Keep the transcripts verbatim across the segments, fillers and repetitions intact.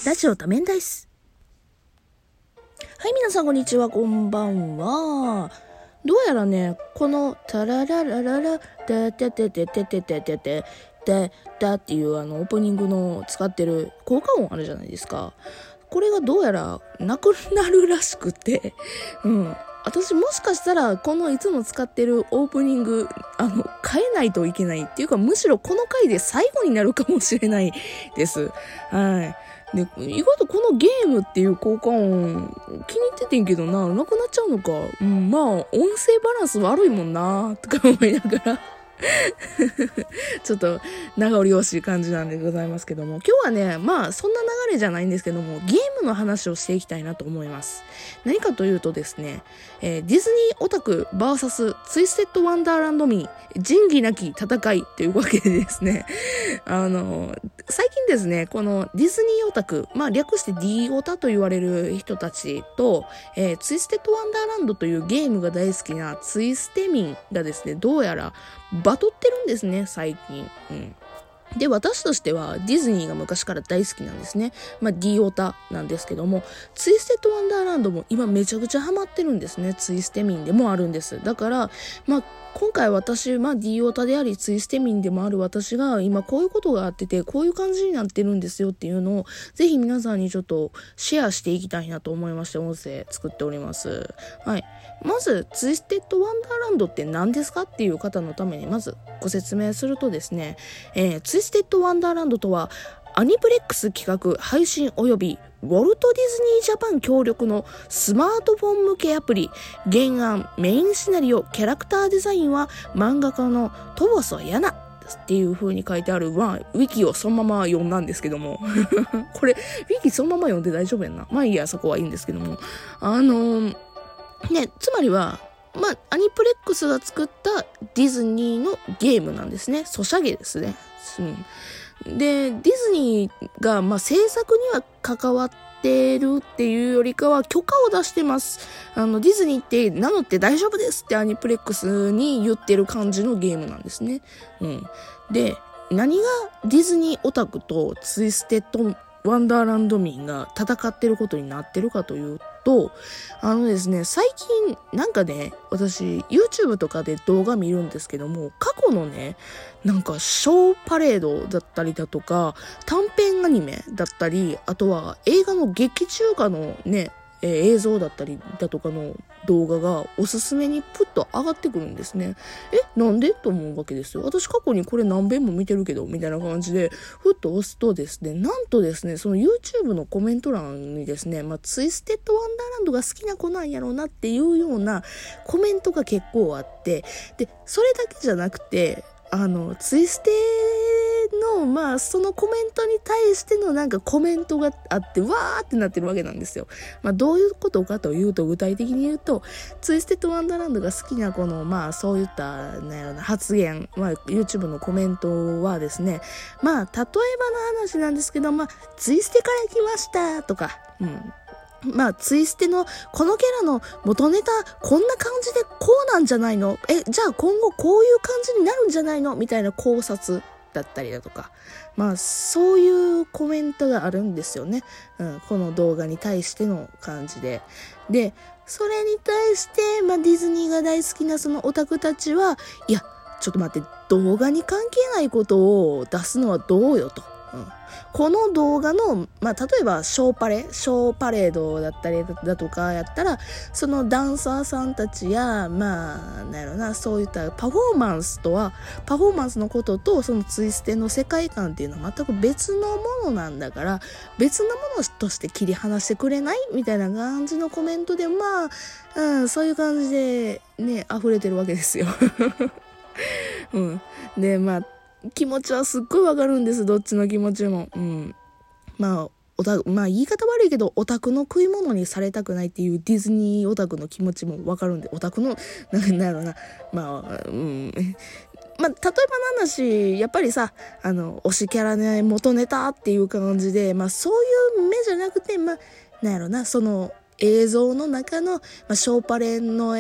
ラジオ多面ダイス。はい、皆さんこんにちは、こんばんは。どうやらね、このタラララララテテテテテテテテテテタっていうあのオープニングの使ってる効果音あるじゃないですか。これがどうやらなくなるらしくて、うん。私もしかしたらこのいつも使ってるオープニングあの変えないといけないっていうか、むしろこの回で最後になるかもしれないです。はい。で、意外とこのゲームっていう効果音気に入っててんけどな、なくなっちゃうのか。うん、まあ音声バランス悪いもんなとか思いながらちょっと名残惜しい感じなんでございますけども、今日はね、まあそんな流れじゃないんですけども、ゲームの話をしていきたいなと思います。何かというとですね、えー、ディズニーオタク ブイエス ツイステッドワンダーランド民仁義なき戦いというわけでですね、あの最近ですね、このディズニーオタク、まあ略して D オタと言われる人たちと、えー、ツイステッドワンダーランドというゲームが大好きなツイステ民がですね、どうやらバトってるんですね、最近。うん。で、私としてはディズニーが昔から大好きなんですね。まあ D オタなんですけども、ツイステッドワンダーランドも今めちゃくちゃハマってるんですね。ツイステ民でもあるんです。だから、まあ今回私、まあ D オタでありツイステ民でもある私が今こういうことがあってて、こういう感じになってるんですよっていうのをぜひ皆さんにちょっとシェアしていきたいなと思いまして音声作っております。はい。まずツイステッドワンダーランドって何ですかっていう方のためにまずご説明するとですね、えー、ツイステッドワンダーランドとはアニプレックス企画配信及びウォルト・ディズニー・ジャパン協力のスマートフォン向けアプリ、原案、メインシナリオ、キャラクターデザインは漫画家のトボソヤナっていう風に書いてある、まあ、ウィキをそのまま読んだんですけどもこれウィキそのまま読んで大丈夫やんな。まあいいや、そこはいいんですけども、あのー、ね、つまりはまあ、アニプレックスが作ったディズニーのゲームなんですね。ソシャゲですね。うん、で、ディズニーが、まあ、制作には関わってるっていうよりかは許可を出してます。あの、ディズニーって名乗って大丈夫ですってアニプレックスに言ってる感じのゲームなんですね。うん。で、何がディズニーオタクとツイステッドワンダーランド民が戦ってることになってるかというと、あのですね、最近なんかね、私 YouTube とかで動画見るんですけども、過去のね、なんかショーパレードだったりだとか、短編アニメだったり、あとは映画の劇中歌のね、えー、映像だったりだとかの動画がおすすめにプッと上がってくるんですね。え、なんでと思うわけですよ。私過去にこれ何遍も見てるけど、みたいな感じで、ふっと押すとですね、なんとですね、その YouTube のコメント欄にですね、まあ、ツイステッドワンダーランドが好きな子なんやろうなっていうようなコメントが結構あって、で、それだけじゃなくて、あの、ツイステの、まあ、そのコメントに対してのなんかコメントがあって、わーってなってるわけなんですよ。まあ、どういうことかというと、具体的に言うと、ツイステッドワンダーランドが好きな子の、まあ、そういった、ね、発言、まあ、YouTube のコメントはですね、まあ、例えばの話なんですけど、まあ、ツイステから来ましたとか、うん。まあ、ツイステのこのキャラの元ネタこんな感じでこうなんじゃないの？え、じゃあ今後こういう感じになるんじゃないの？みたいな考察だったりだとか。まあ、そういうコメントがあるんですよね。うん、この動画に対しての感じで。で、それに対して、まあ、ディズニーが大好きなそのオタクたちは、いや、ちょっと待って、動画に関係ないことを出すのはどうよと。うん、この動画の、まあ、例えばショーパレ、ショーパレードだったりだとかやったら、そのダンサーさんたちや、まあ、なんやろな、そういったパフォーマンスとは、パフォーマンスのことと、そのツイステの世界観っていうのは全く別のものなんだから、別のものとして切り離してくれないみたいな感じのコメントで、まあ、うん、そういう感じでね、溢れてるわけですよ。うん。で、まあ、気持ちはすっごいわかるんです。どっちの気持ちも。うん。まあ、オタク、まあ言い方悪いけど、オタクの食い物にされたくないっていうディズニーオタクの気持ちもわかるんで、オタクの、なんだろうな、まあ、うん。まあ、例えばの話、やっぱりさ、あの、推しキャラね、元ネタっていう感じで、まあそういう目じゃなくて、まあ、なんやろな、その映像の中の、まあ、ショーパレの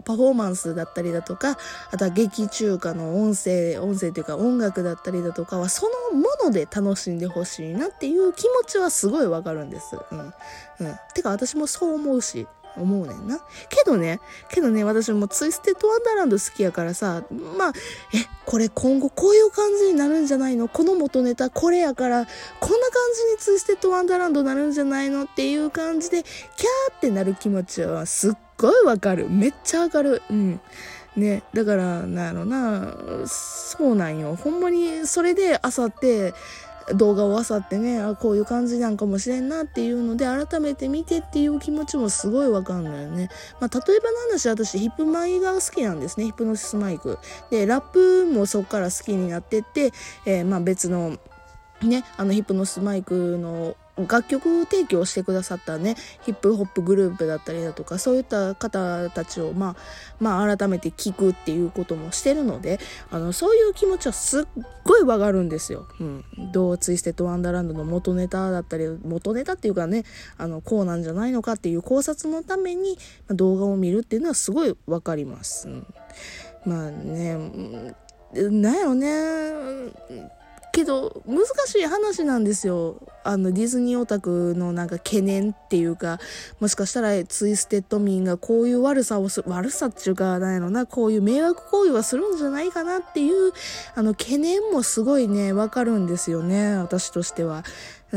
パフォーマンスだったりだとか、あとは劇中歌の音声、音声というか音楽だったりだとかはそのもので楽しんでほしいなっていう気持ちはすごいわかるんです。うん。うん。てか私もそう思うし、思うねんな。けどね、けどね、私もツイステッドワンダーランド好きやからさ、まあ、え、これ今後こういう感じになるんじゃないの？この元ネタこれやから、こんな感じにツイステッドワンダーランドなるんじゃないのっていう感じで、キャーってなる気持ちはすっごいわかる。めっちゃわかる。うん。ね、だから、なんやろな、そうなんよ。ほんまにそれであさって、動画を漁ってね、あ、こういう感じなんかもしれんなっていうので改めて見てっていう気持ちもすごいわかんないよね。まあ、例えばの話、私ヒップマイが好きなんですね。ヒプノシスマイクでラップもそっから好きになってって、えー、まあ別のね、あのヒプノシスマイクの楽曲提供してくださったね、ヒップホップグループだったりだとか、そういった方たちを、まあ、まあ、改めて聞くっていうこともしてるので、あの、そういう気持ちはすっごいわかるんですよ。うん。どうツイステッドワンダーランドの元ネタだったり、元ネタっていうかね、あの、こうなんじゃないのかっていう考察のために、まあ、動画を見るっていうのはすごいわかります。うん、まあね、なんやろね、けど難しい話なんですよ。あのディズニーオタクのなんか懸念っていうか、もしかしたらツイステッド民がこういう悪さをす悪さっていうか、なんやろな、こういう迷惑行為はするんじゃないかなっていうあの懸念もすごいねわかるんですよね、私としては。うん、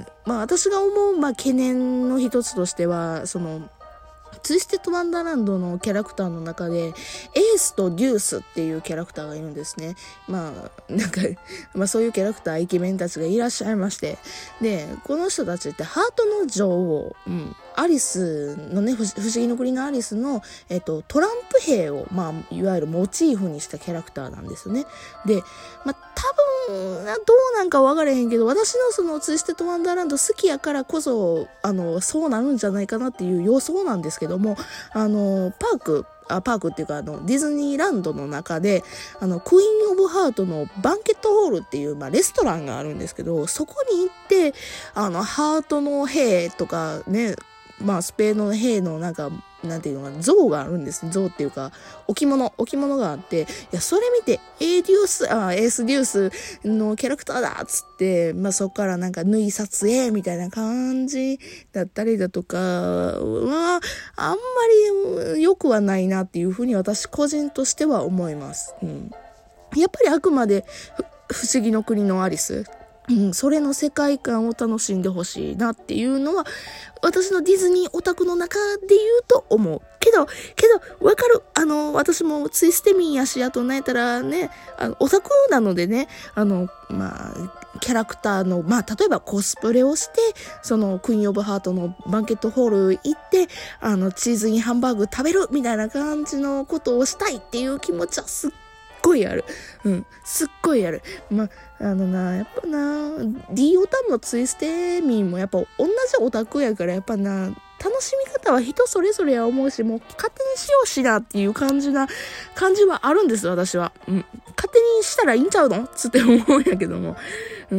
まあ私が思う、まあ、懸念の一つとしては、そのツイステッドワンダーランドのキャラクターの中でエースとデュースっていうキャラクターがいるんですね。まあなんか、まあ、そういうキャラクターイケメンたちがいらっしゃいまして、でこの人たちってハートの女王、うん、アリスのね、不思議の国のアリスの、えっと、トランプ兵を、まあ、いわゆるモチーフにしたキャラクターなんですね。で、まあ、多分、どうなんか分からへんけど、私のそのツイステッドワンダーランド好きやからこそ、あの、そうなるんじゃないかなっていう予想なんですけども、あの、パーク、あパークっていうかあのディズニーランドの中であのクイーンオブハートのバンケットホールっていう、まあ、レストランがあるんですけど、そこに行ってあのハートの兵とかね、まあスペードの兵のなんかなんていうのかな、像があるんですね。像っていうか置物置物があって、いやそれ見てエーデュースあエースデュースのキャラクターだっつって、まあそこからなんか縫い撮影みたいな感じだったりだとかはあんまり良くはないなっていうふうに私個人としては思います。うん、やっぱりあくまで不思議の国のアリス、うん、それの世界観を楽しんでほしいなっていうのは私のディズニーオタクの中で言うと思う。けど、けど、わかる。あの、私もツイステミンやし、あとなんやったらね、あの、オタクなのでね、あの、まあ、キャラクターの、まあ、例えばコスプレをして、その、クイーンオブハートのバンケットホール行って、あの、チーズインハンバーグ食べるみたいな感じのことをしたいっていう気持ちはすっごいある。うん。すっごいある。まあ、あのな、やっぱな、D オタもツイステミンもやっぱ同じオタクやから、やっぱな、楽しみ方は人それぞれや思うし、もう勝手にしようしなっていう感じな、感じはあるんです、私は。うん。勝手にしたらいいんちゃうのつって思うんやけども。うん。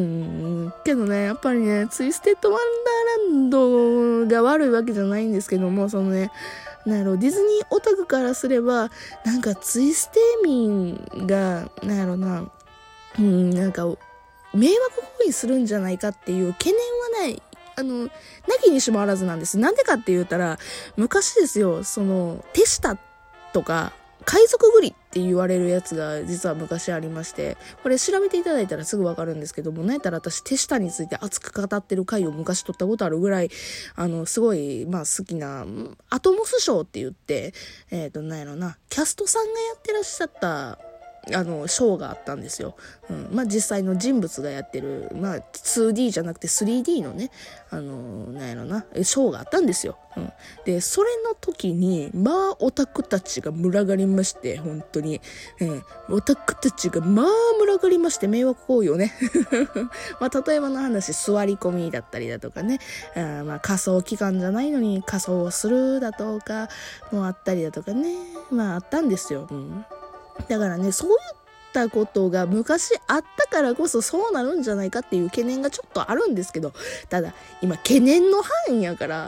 けどね、やっぱりね、ツイステッドワンダーランドが悪いわけじゃないんですけども、そのね、なんやろ、ディズニーオタクからすれば、なんかツイステミンが、なんやろな、うん、なんか、迷惑行為するんじゃないかっていう懸念はない。あの、なきにしもあらずなんです。なんでかって言ったら、昔ですよ、その、手下とか、海賊グリって言われるやつが実は昔ありまして、これ調べていただいたらすぐわかるんですけども、なんやったら私手下について熱く語ってる回を昔撮ったことあるぐらい、あの、すごい、まあ好きな、アトモスショーって言って、えっと、なんやろな、キャストさんがやってらっしゃった、あの、ショーがあったんですよ。うん。まあ、実際の人物がやってる、まあ、ツーディー じゃなくて スリーディー のね、あの、なんやろな、ショーがあったんですよ。うん。で、それの時に、まあ、オタクたちが群がりまして、本当に。うん。オタクたちが、まあ、群がりまして、迷惑行為をね。まあ、例えばの話、座り込みだったりだとかね。あまあ、仮装期間じゃないのに仮装をするだとか、もあったりだとかね。まあ、あったんですよ。うん。だからね、そういったことが昔あったからこそそうなるんじゃないかっていう懸念がちょっとあるんですけど、ただ今懸念の範囲やから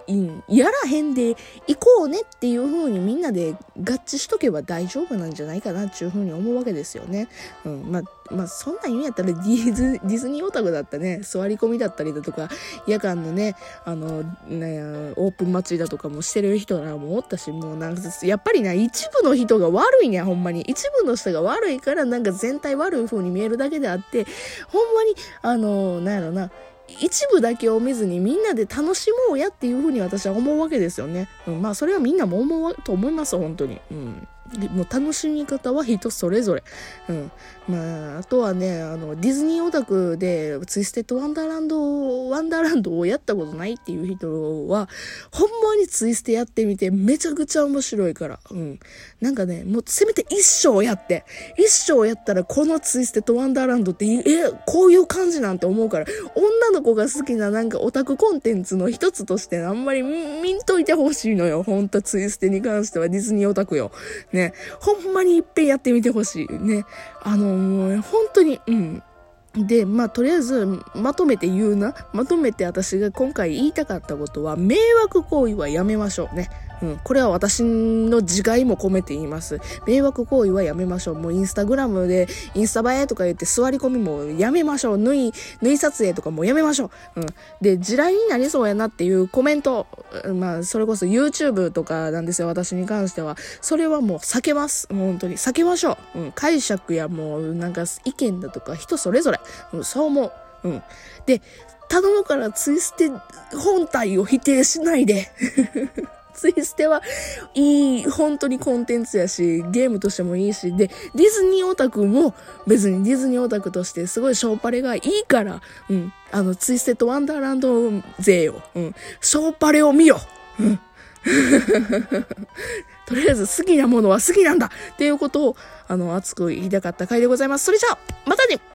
うん、やらへんで行こうねっていう風にみんなで合致しとけば大丈夫なんじゃないかなっていう風に思うわけですよね。うん、まあ、まあ、そんなん言うんやったらディズ、ディズニーオタクだったね、座り込みだったりだとか、夜間のね、あの、ね、オープン祭りだとかもしてる人らもおったし、もうなんか、やっぱりな、一部の人が悪いね、ほんまに。一部の人が悪いから、なんか全体悪い風に見えるだけであって、ほんまに、あの、なんやろな、一部だけを見ずにみんなで楽しもうやっていうふうに私は思うわけですよね。うん、まあそれはみんなも思うと思います、本当に。うん。もう楽しみ方は人それぞれ。うん。まあ、あとはね、あの、ディズニーオタクでツイステッドワンダーランド、ワンダーランドをやったことないっていう人は、ほんまにツイステやってみてめちゃくちゃ面白いから。うん。なんかね、もうせめて一生やって、一生やったらこのツイステッドワンダーランドって、え、こういう感じなんて思うから、女の子が好きななんかオタクコンテンツの一つとしてあんまり見んといてほしいのよ。ほんとツイステに関してはディズニーオタクよ。ね。ほんまにいっぺんやってみてほしい。ね。あの、もう本当に、うん。で、まあ、とりあえず、まとめて言うな。まとめて私が今回言いたかったことは、迷惑行為はやめましょうね。うん。これは私の自戒も込めて言います。迷惑行為はやめましょう。もうインスタグラムで、インスタ映えとか言って座り込みもやめましょう。縫い、縫い撮影とかもやめましょう。うん。で、地雷になりそうやなっていうコメント、まあ、それこそ YouTube とかなんですよ、私に関しては。それはもう避けます。もう本当に。避けましょう。うん。解釈やもう、なんか意見だとか人それぞれ。うん、そう思う。うん。で、頼むからツイステ本体を否定しないで。ツイステはいい、本当にコンテンツやし、ゲームとしてもいいし、で、ディズニーオタクも別にディズニーオタクとしてすごいショーパレがいいから、うん、あの、ツイステとワンダーランド勢よ、うん、ショーパレを見よ、うん。とりあえず好きなものは好きなんだっていうことを、あの、熱く言いたかった回でございます。それじゃあ、またね。